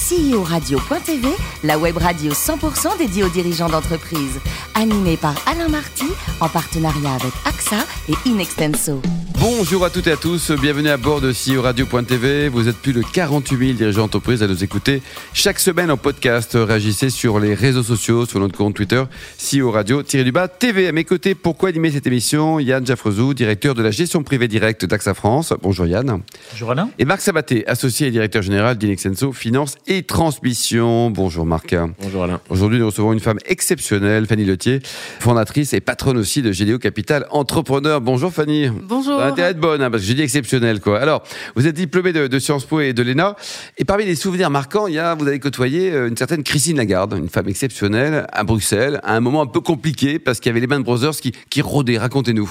CEOradio.tv, la web radio 100% dédiée aux dirigeants d'entreprise. Animée par Alain Marty, en partenariat avec AXA et Inextenso. Bonjour à toutes et à tous, bienvenue à bord de CEOradio.tv. Vous êtes plus de 48 000 dirigeants d'entreprise à nous écouter chaque semaine en podcast. Réagissez sur les réseaux sociaux, sur notre compte Twitter, CEOradio-TV. À mes côtés, pourquoi animer cette émission, Yann Jaffrezou, directeur de la gestion privée directe d'AXA France. Bonjour Yann. Bonjour Alain. Et Marc Sabaté, associé et directeur général d'Inextenso Finance et Transmission. Bonjour Marc. Bonjour Alain. Aujourd'hui, nous recevons une femme exceptionnelle, Fanny Letier, fondatrice et patronne aussi de GDO Capital Entrepreneur. Bonjour Fanny. Bonjour. Ça a intérêt à être bonne, parce que j'ai dit exceptionnelle, quoi. Alors, vous êtes diplômée de Sciences Po et de l'ENA, et parmi les souvenirs marquants, vous avez côtoyé une certaine Christine Lagarde, une femme exceptionnelle à Bruxelles, à un moment un peu compliqué, parce qu'il y avait les Lehman Brothers qui rôdaient. Racontez-nous.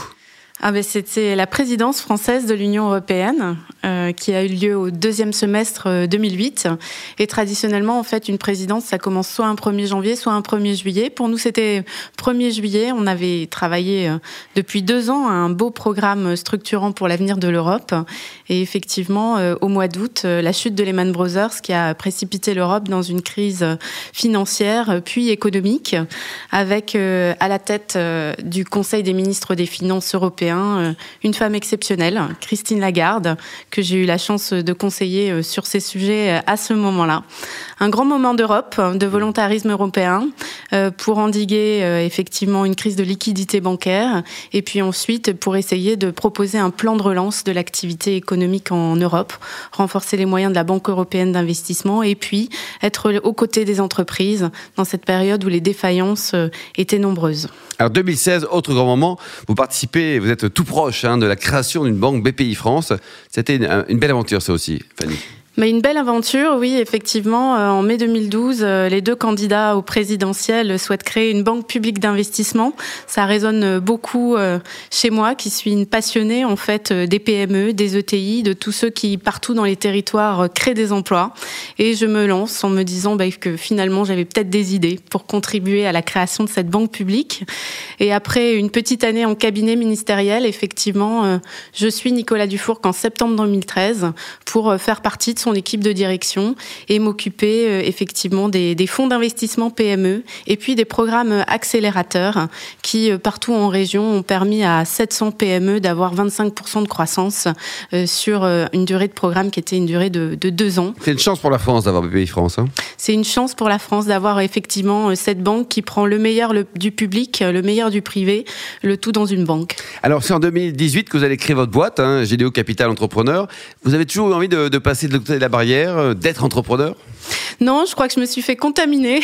C'était la présidence française de l'Union européenne qui a eu lieu au deuxième semestre 2008. Et traditionnellement, en fait, une présidence, ça commence soit un 1er janvier, soit un 1er juillet. Pour nous, c'était 1er juillet. On avait travaillé depuis 2 ans à un beau programme structurant pour l'avenir de l'Europe. Et effectivement, au mois d'août, la chute de Lehman Brothers qui a précipité l'Europe dans une crise financière puis économique, avec à la tête du Conseil des ministres des Finances européens une femme exceptionnelle, Christine Lagarde, que j'ai eu la chance de conseiller sur ces sujets à ce moment-là. Un grand moment d'Europe, de volontarisme européen, pour endiguer effectivement une crise de liquidité bancaire, et puis ensuite pour essayer de proposer un plan de relance de l'activité économique en Europe, renforcer les moyens de la Banque européenne d'investissement, et puis être aux côtés des entreprises dans cette période où les défaillances étaient nombreuses. Alors 2016, autre grand moment, vous participez, vous êtes tout proche de la création d'une banque BPI France. C'était une belle aventure, ça aussi, Fanny. Mais une belle aventure, oui, effectivement. En mai 2012, les 2 candidats au présidentiel souhaitent créer une banque publique d'investissement. Ça résonne beaucoup chez moi, qui suis une passionnée, en fait, des PME, des ETI, de tous ceux qui, partout dans les territoires, créent des emplois. Et je me lance en me disant que finalement, j'avais peut-être des idées pour contribuer à la création de cette banque publique. Et après une petite année en cabinet ministériel, effectivement, je suis Nicolas Dufourcq en septembre 2013 pour faire partie de son équipe de direction et m'occuper effectivement des fonds d'investissement PME et puis des programmes accélérateurs qui, partout en région, ont permis à 700 PME d'avoir 25% de croissance sur une durée de programme qui était une durée de 2 ans. C'est une chance pour la France d'avoir BPI France. C'est une chance pour la France d'avoir effectivement cette banque qui prend le meilleur du public, le meilleur du privé, le tout dans une banque. Alors, c'est en 2018 que vous allez créer votre boîte, GDO Capital Entrepreneur. Vous avez toujours eu envie de passer de l'autre côté de la barrière, d'être entrepreneur ? Non, je crois que je me suis fait contaminer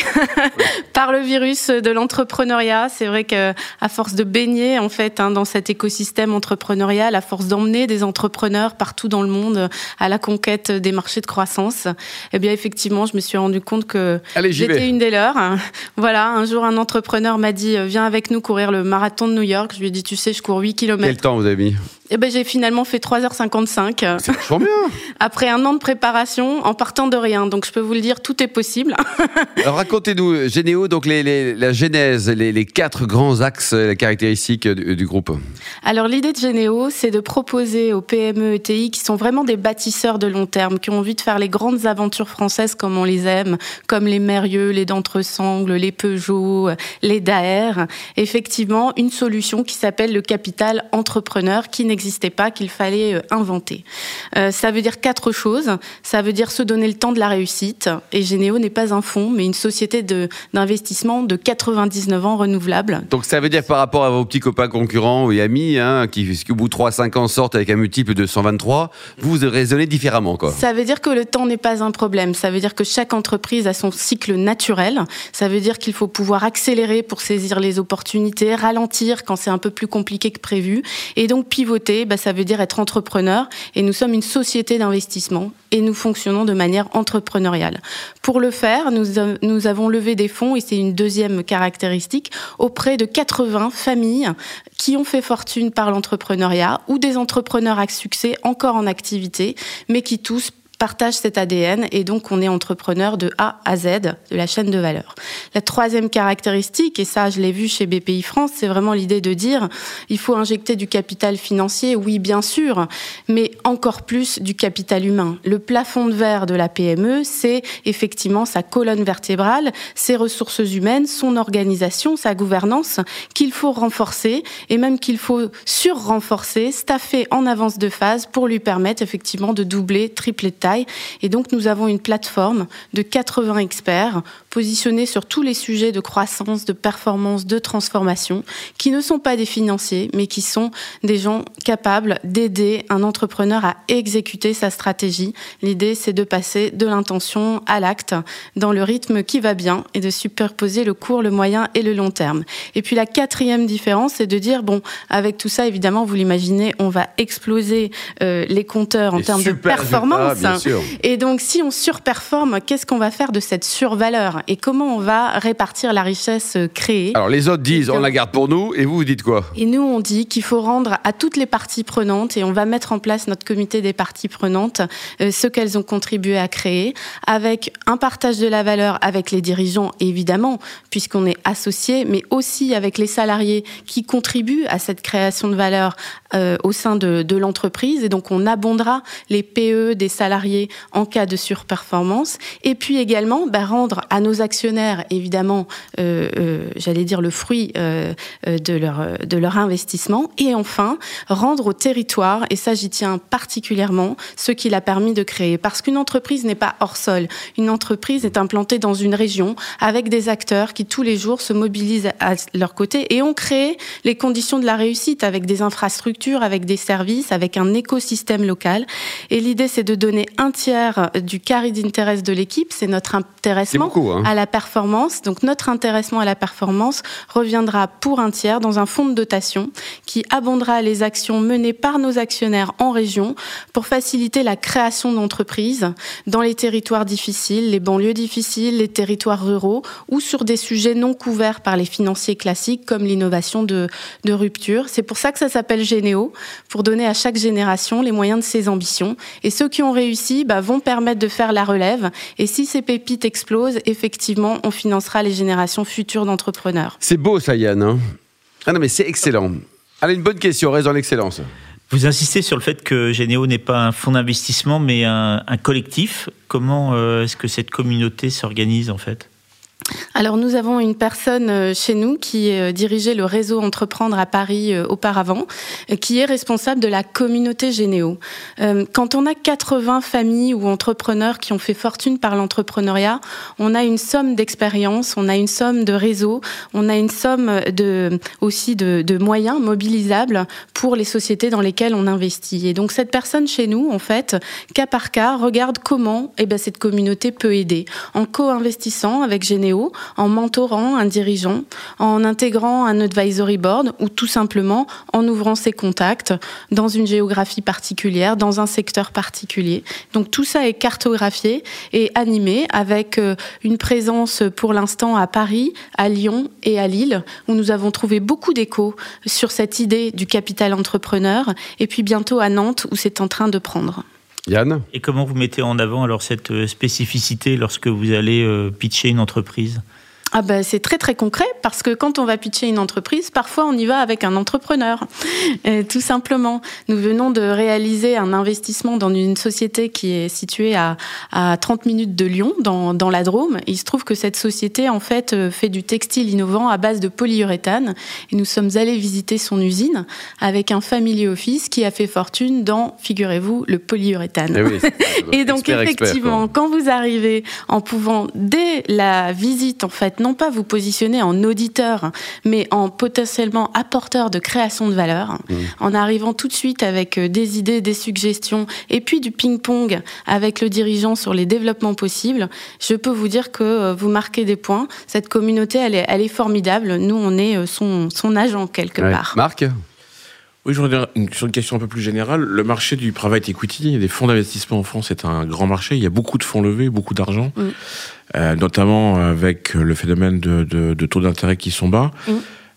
par le virus de l'entrepreneuriat. C'est vrai qu'à force de baigner en fait dans cet écosystème entrepreneurial, à force d'emmener des entrepreneurs partout dans le monde à la conquête des marchés de croissance, eh bien effectivement, je me suis rendu compte que j'étais une des leurs. Voilà, un jour un entrepreneur m'a dit viens avec nous courir le marathon de New York. Je lui ai dit tu sais, je cours 8 km. Quel temps vous avez mis ? J'ai finalement fait 3h55. C'est vachement bien. Après 1 an de préparation, en partant de rien. Donc je peux vous le dire, tout est possible. Alors racontez-nous, Généo, donc la genèse, les 4 grands axes, les caractéristiques du groupe. Alors l'idée de Généo, c'est de proposer aux PME ETI qui sont vraiment des bâtisseurs de long terme, qui ont envie de faire les grandes aventures françaises comme on les aime, comme les Mérieux, les D'Entresangles, les Peugeot, les Daher. Effectivement, une solution qui s'appelle le capital entrepreneur, qui n'existait pas, qu'il fallait inventer. Ça veut dire 4 choses. Ça veut dire se donner le temps de la réussite. Et Généo n'est pas un fonds, mais une société d'investissement de 99 ans renouvelable. Donc ça veut dire par rapport à vos petits copains concurrents et amis, qui au bout de 3-5 ans sortent avec un multiple de 123, vous raisonnez différemment, quoi. Ça veut dire que le temps n'est pas un problème. Ça veut dire que chaque entreprise a son cycle naturel. Ça veut dire qu'il faut pouvoir accélérer pour saisir les opportunités, ralentir quand c'est un peu plus compliqué que prévu. Et donc pivoter, ça veut dire être entrepreneur. Et nous sommes une société d'investissement et nous fonctionnons de manière entrepreneuriale. Pour le faire, nous avons levé des fonds, et c'est une deuxième caractéristique, auprès de 80 familles qui ont fait fortune par l'entrepreneuriat ou des entrepreneurs à succès encore en activité, mais qui tous partagent cet ADN et donc on est entrepreneur de A à Z de la chaîne de valeur. La troisième caractéristique, et ça je l'ai vu chez BPI France, c'est vraiment l'idée de dire il faut injecter du capital financier, oui bien sûr, mais encore plus du capital humain. Le plafond de verre de la PME, c'est effectivement sa colonne vertébrale, ses ressources humaines, son organisation, sa gouvernance qu'il faut renforcer et même qu'il faut sur-renforcer, staffer en avance de phase pour lui permettre effectivement de doubler, tripler de taille. Et donc, nous avons une plateforme de 80 experts positionnés sur tous les sujets de croissance, de performance, de transformation, qui ne sont pas des financiers, mais qui sont des gens capables d'aider un entrepreneur à exécuter sa stratégie. L'idée, c'est de passer de l'intention à l'acte dans le rythme qui va bien et de superposer le court, le moyen et le long terme. Et puis, la quatrième différence, c'est de dire, bon, avec tout ça, évidemment, vous l'imaginez, on va exploser les compteurs en termes de performance. Et donc, si on surperforme, qu'est-ce qu'on va faire de cette survaleur et comment on va répartir la richesse créée? Alors, les autres disent, on la garde pour nous, et vous dites quoi? Et nous, on dit qu'il faut rendre à toutes les parties prenantes, et on va mettre en place notre comité des parties prenantes, ce qu'elles ont contribué à créer, avec un partage de la valeur avec les dirigeants, évidemment, puisqu'on est associé, mais aussi avec les salariés qui contribuent à cette création de valeur au sein de l'entreprise. Et donc, on abondera les PE des salariés en cas de surperformance. Et puis également, rendre à nos actionnaires, évidemment, j'allais dire le fruit de leur investissement. Et enfin, rendre au territoire, et ça j'y tiens particulièrement, ce qu'il a permis de créer. Parce qu'une entreprise n'est pas hors sol. Une entreprise est implantée dans une région avec des acteurs qui tous les jours se mobilisent à leur côté et ont créé les conditions de la réussite avec des infrastructures, avec des services, avec un écosystème local. Et l'idée, c'est de donner un tiers du carry d'interest de l'équipe, c'est notre intéressement à la performance. Donc notre intéressement à la performance reviendra pour un tiers dans un fonds de dotation qui abondera les actions menées par nos actionnaires en région pour faciliter la création d'entreprises dans les territoires difficiles, les banlieues difficiles, les territoires ruraux ou sur des sujets non couverts par les financiers classiques comme l'innovation de rupture. C'est pour ça que ça s'appelle Généo, pour donner à chaque génération les moyens de ses ambitions. Et ceux qui ont réussi vont permettre de faire la relève. Et si ces pépites explosent, effectivement, on financera les générations futures d'entrepreneurs. C'est beau ça, Yann. Hein? Ah non, mais c'est excellent. Allez, une bonne question, reste dans l'excellence. Vous insistez sur le fait que Généo n'est pas un fonds d'investissement, mais un collectif. Comment est-ce que cette communauté s'organise en fait ? Alors nous avons une personne chez nous qui dirigeait le réseau Entreprendre à Paris auparavant, qui est responsable de la communauté Généo. Quand on a 80 familles ou entrepreneurs qui ont fait fortune par l'entrepreneuriat, on a une somme d'expérience, on a une somme de réseau, on a une somme aussi de moyens mobilisables pour les sociétés dans lesquelles on investit. Et donc cette personne chez nous, en fait, cas par cas, regarde comment cette communauté peut aider en co-investissant avec Généo, en mentorant un dirigeant, en intégrant un advisory board ou tout simplement en ouvrant ses contacts dans une géographie particulière, dans un secteur particulier. Donc tout ça est cartographié et animé avec une présence pour l'instant à Paris, à Lyon et à Lille où nous avons trouvé beaucoup d'échos sur cette idée du capital entrepreneur et puis bientôt à Nantes où c'est en train de prendre. Yann ? Et comment vous mettez en avant alors cette spécificité lorsque vous allez pitcher une entreprise ? C'est très très concret parce que quand on va pitcher une entreprise, parfois on y va avec un entrepreneur, tout simplement. Nous venons de réaliser un investissement dans une société qui est située à 30 minutes de Lyon, dans la Drôme. Il se trouve que cette société en fait fait du textile innovant à base de polyuréthane et nous sommes allés visiter son usine avec un family office qui a fait fortune dans, figurez-vous, le polyuréthane. Et, oui, et donc effectivement, quand vous arrivez en pouvant dès la visite en fait non pas vous positionner en auditeur, mais en potentiellement apporteur de création de valeur, en arrivant tout de suite avec des idées, des suggestions, et puis du ping-pong avec le dirigeant sur les développements possibles, je peux vous dire que vous marquez des points. Cette communauté, elle est formidable. Nous, on est son agent quelque part. Marc ? Oui, je voudrais dire sur une question un peu plus générale. Le marché du private equity et des fonds d'investissement en France est un grand marché. Il y a beaucoup de fonds levés, beaucoup d'argent, notamment avec le phénomène de taux d'intérêt qui sont bas.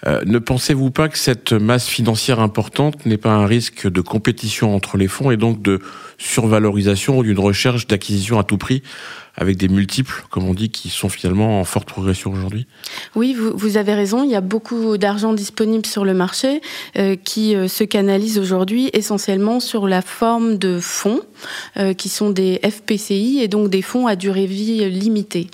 Ne pensez-vous pas que cette masse financière importante n'est pas un risque de compétition entre les fonds et donc de survalorisation ou d'une recherche d'acquisition à tout prix avec des multiples, comme on dit, qui sont finalement en forte progression aujourd'hui? Oui, vous avez raison. Il y a beaucoup d'argent disponible sur le marché qui se canalise aujourd'hui essentiellement sur la forme de fonds qui sont des FPCI et donc des fonds à durée vie limitée.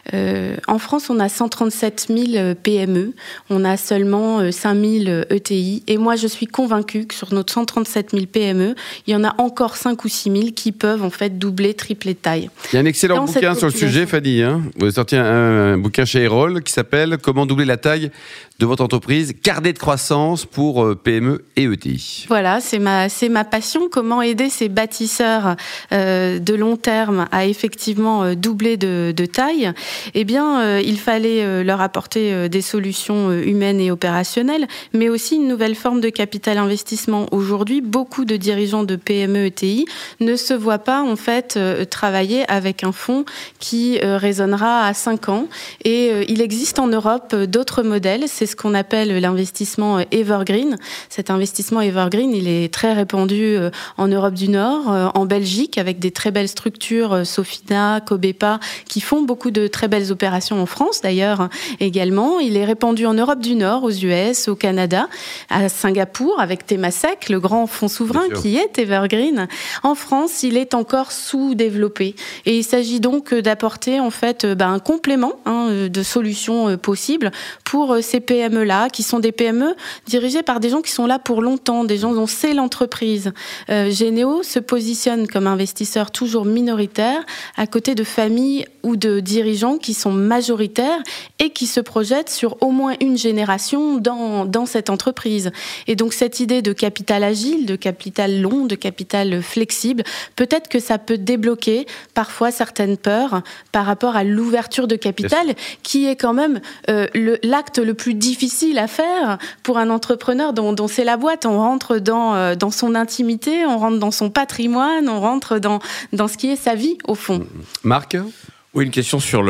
En France, on a 137 000 PME, on a seulement 5 000 ETI et moi je suis convaincue que sur notre 137 000 PME, il y en a encore 5 ou 6 000 qui peuvent en fait doubler, tripler de taille. Il y a un excellent bouquin sur le sujet, Fanny. Vous avez sorti un bouquin chez Erol qui s'appelle « Comment doubler la taille de votre entreprise, carnet de croissance pour PME et ETI ». Voilà, c'est ma passion. Comment aider ces bâtisseurs de long terme à effectivement doubler de taille? Eh bien, il fallait leur apporter des solutions humaines et opérationnelles, mais aussi une nouvelle forme de capital investissement. Aujourd'hui, beaucoup de dirigeants de PME ETI ne se voient pas en fait travailler avec un fonds qui raisonnera à 5 ans. Et il existe en Europe d'autres modèles. C'est ce qu'on appelle l'investissement evergreen. Cet investissement evergreen, il est très répandu en Europe du Nord, en Belgique, avec des très belles structures, Sofina, Cobepa, qui font beaucoup de très belles opérations en France d'ailleurs également. Il est répandu en Europe du Nord, aux US, au Canada, à Singapour, avec Temasek, le grand fonds souverain qui est evergreen. En France, il est encore sous-développé. Et il s'agit donc d'apporter en fait un complément de solutions possibles pour ces PME-là, qui sont des PME dirigées par des gens qui sont là pour longtemps, des gens dont c'est l'entreprise. Généo se positionne comme investisseur toujours minoritaire à côté de familles ou de dirigeants qui sont majoritaires et qui se projettent sur au moins une génération dans cette entreprise. Et donc cette idée de capital agile, de capital long, de capital flexible, peut-être que ça peut débloquer parfois certaines peurs par rapport à l'ouverture de capital, qui est quand même l'acte le plus difficile à faire pour un entrepreneur dont c'est la boîte. On rentre dans son intimité, on rentre dans son patrimoine, on rentre dans ce qui est sa vie, au fond. Marc ? Oui, une question sur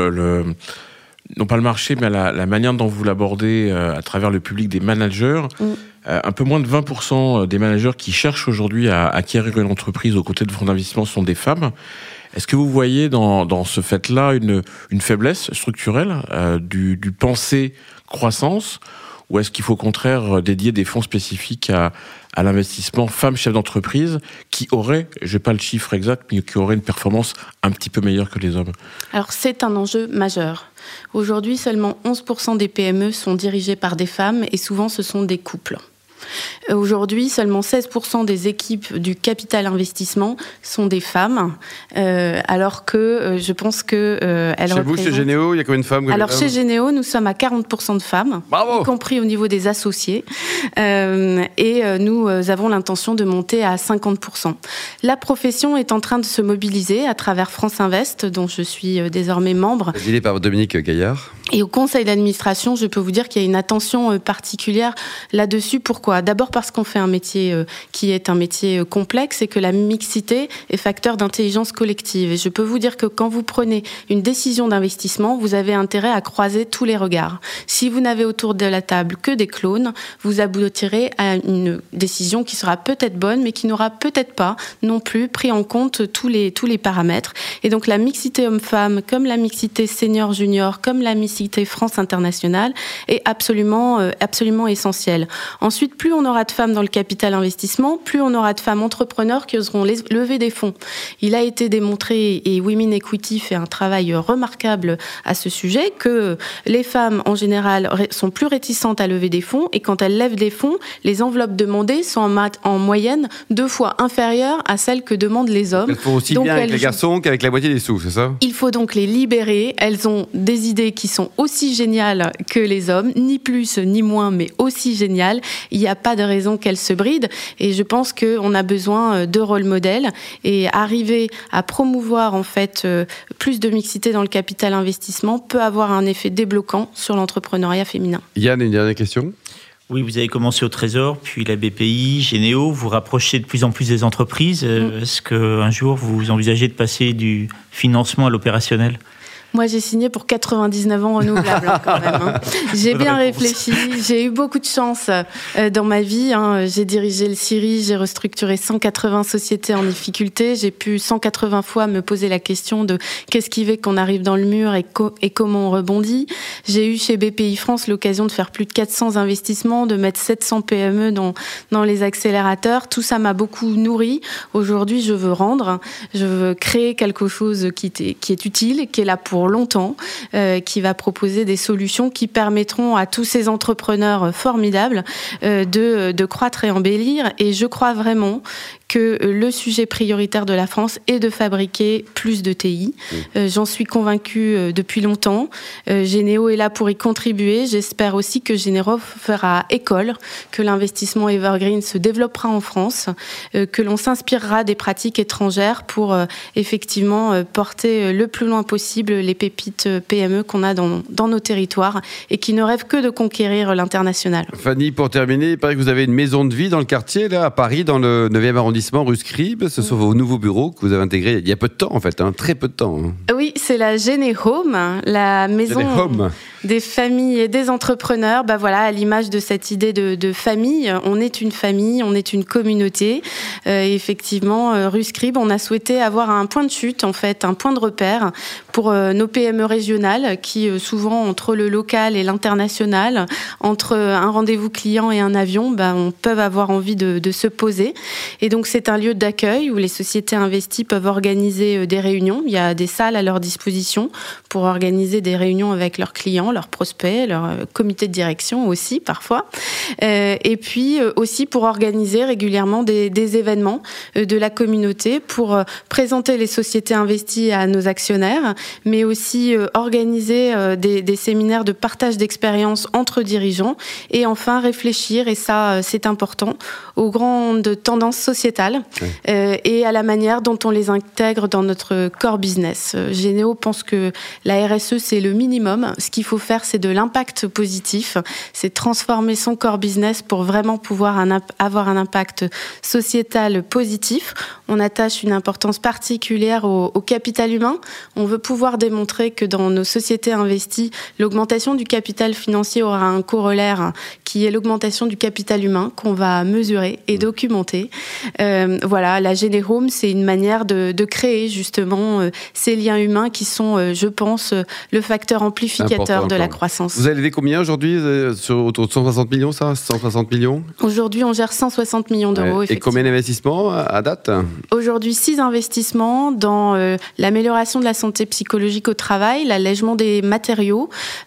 non pas le marché, mais la manière dont vous l'abordez à travers le public des managers. Un peu moins de 20% des managers qui cherchent aujourd'hui à acquérir une entreprise aux côtés de fonds d'investissement sont des femmes. Est-ce que vous voyez dans ce fait-là une faiblesse structurelle du penser croissance, ou est-ce qu'il faut au contraire dédier des fonds spécifiques à l'investissement femmes chefs d'entreprise qui auraient, je n'ai pas le chiffre exact, mais qui auraient une performance un petit peu meilleure que les hommes? Alors c'est un enjeu majeur. Aujourd'hui, seulement 11% des PME sont dirigées par des femmes et souvent ce sont des couples. Aujourd'hui, seulement 16% des équipes du capital investissement sont des femmes, alors que je pense que elles représentent... Chez vous, chez Généo, il y a combien de femmes? Alors chez Généo, nous sommes à 40% de femmes, y compris au niveau des associés, et nous avons l'intention de monter à 50%. La profession est en train de se mobiliser à travers France Invest, dont je suis désormais membre. Présidé par Dominique Gaillard. Et au conseil d'administration, je peux vous dire qu'il y a une attention particulière là-dessus. Pourquoi ? D'abord parce qu'on fait un métier qui est un métier complexe et que la mixité est facteur d'intelligence collective. Et je peux vous dire que quand vous prenez une décision d'investissement, vous avez intérêt à croiser tous les regards. Si vous n'avez autour de la table que des clones, vous aboutirez à une décision qui sera peut-être bonne, mais qui n'aura peut-être pas non plus pris en compte tous les paramètres. Et donc la mixité homme-femme, comme la mixité senior-junior, comme la mixité France internationale, est absolument essentielle. Ensuite, plus on aura de femmes dans le capital investissement, plus on aura de femmes entrepreneurs qui oseront lever des fonds. Il a été démontré, et Women Equity fait un travail remarquable à ce sujet, que les femmes, en général, sont plus réticentes à lever des fonds, et quand elles lèvent des fonds, les enveloppes demandées sont en moyenne 2 fois inférieures à celles que demandent les hommes. Elles font aussi bien avec les garçons qu'avec la moitié des sous, c'est ça? Il faut donc les libérer. Elles ont des idées qui sont aussi géniales que les hommes, ni plus ni moins, mais aussi géniales. Il n'y a pas de raison qu'elles se brident, et je pense qu'on a besoin de rôle modèles, et arriver à promouvoir en fait plus de mixité dans le capital investissement peut avoir un effet débloquant sur l'entrepreneuriat féminin. Yann, une dernière question? Oui, vous avez commencé au Trésor, puis la BPI, Généo, vous rapprochez de plus en plus des entreprises. Est-ce qu'un jour, vous envisagez de passer du financement à l'opérationnel ? Moi, j'ai signé pour 99 ans renouvelables quand même. J'ai bien réfléchi. J'ai eu beaucoup de chance dans ma vie. J'ai dirigé le CIRI, j'ai restructuré 180 sociétés en difficulté. J'ai pu 180 fois me poser la question de qu'est-ce qui fait qu'on arrive dans le mur et comment on rebondit. J'ai eu chez BPI France l'occasion de faire plus de 400 investissements, de mettre 700 PME dans les accélérateurs. Tout ça m'a beaucoup nourri. Aujourd'hui, je veux rendre. Je veux créer quelque chose qui est utile, qui est là pour longtemps, qui va proposer des solutions qui permettront à tous ces entrepreneurs formidables de croître et embellir. Et je crois vraiment que le sujet prioritaire de la France est de fabriquer plus de TI. J'en suis convaincue depuis longtemps. Généo est là pour y contribuer. J'espère aussi que Généo fera école, que l'investissement evergreen se développera en France, que l'on s'inspirera des pratiques étrangères pour effectivement porter le plus loin possible les pépites PME qu'on a dans nos territoires et qui ne rêvent que de conquérir l'international. Fanny, pour terminer, il paraît que vous avez une maison de vie dans le quartier, là, à Paris, dans le 9e arrondissement, rue Scribe. Ce sont vos nouveaux bureaux que vous avez intégrés il y a peu de temps, en fait, très peu de temps. Oui, c'est la Géné Home, la maison des familles et des entrepreneurs. Voilà, à l'image de cette idée de famille, on est une famille, on est une communauté. Et effectivement, rue Scribe, on a souhaité avoir un point de chute, en fait, un point de repère pour nos PME régionales qui, souvent, entre le local et l'international, entre un rendez-vous client et un avion, on peut avoir envie de se poser. Et donc, c'est un lieu d'accueil où les sociétés investies peuvent organiser des réunions. Il y a des salles à leur disposition pour organiser des réunions avec leurs clients, leurs prospects, leur comité de direction aussi, parfois. Et puis, aussi pour organiser régulièrement des événements de la communauté pour présenter les sociétés investies à nos actionnaires, mais aussi organiser des séminaires de partage d'expériences entre dirigeants et enfin réfléchir, et ça, c'est important, aux grandes tendances sociétales et à la manière dont on les intègre dans notre core business. Généo pense que la RSE, c'est le minimum. Ce qu'il faut faire, c'est de l'impact positif. C'est transformer son core business pour vraiment pouvoir avoir un impact sociétal positif. On attache une importance particulière au capital humain. On veut pouvoir démontrer que dans nos sociétés investies, l'augmentation du capital financier aura un corollaire qui est l'augmentation du capital humain qu'on va mesurer et documenter. Voilà, la Géné Home, c'est une manière de créer justement ces liens humains qui sont, je pense, le facteur amplificateur de la croissance. Vous avez levé combien aujourd'hui autour de 160 millions, ça 160 millions Aujourd'hui, on gère 160 millions d'euros. Et combien d'investissements à date? Aujourd'hui, 6 investissements dans l'amélioration de la santé psychologique au travail, l'allègement des matériaux,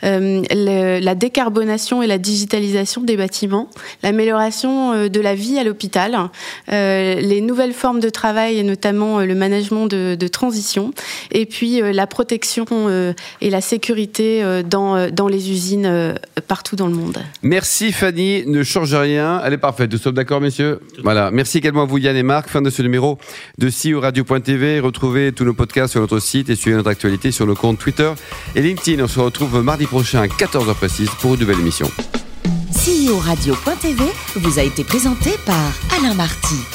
la décarbonation et la digitalisation des bâtiments, l'amélioration de la vie à l'hôpital, les nouvelles formes de travail et notamment le management de transition, et puis la protection et la sécurité dans les usines partout dans le monde. Merci Fanny, ne change rien, elle est parfaite, nous sommes d'accord messieurs? Voilà, merci également à vous Yann et Marc, fin de ce numéro de CEO Radio.tv, retrouvez tous nos podcasts sur notre site et suivez notre actualité sur nos comptes Twitter et LinkedIn. On se retrouve mardi prochain à 14h précise pour une nouvelle émission. CEO Radio.tv vous a été présenté par Alain Marty.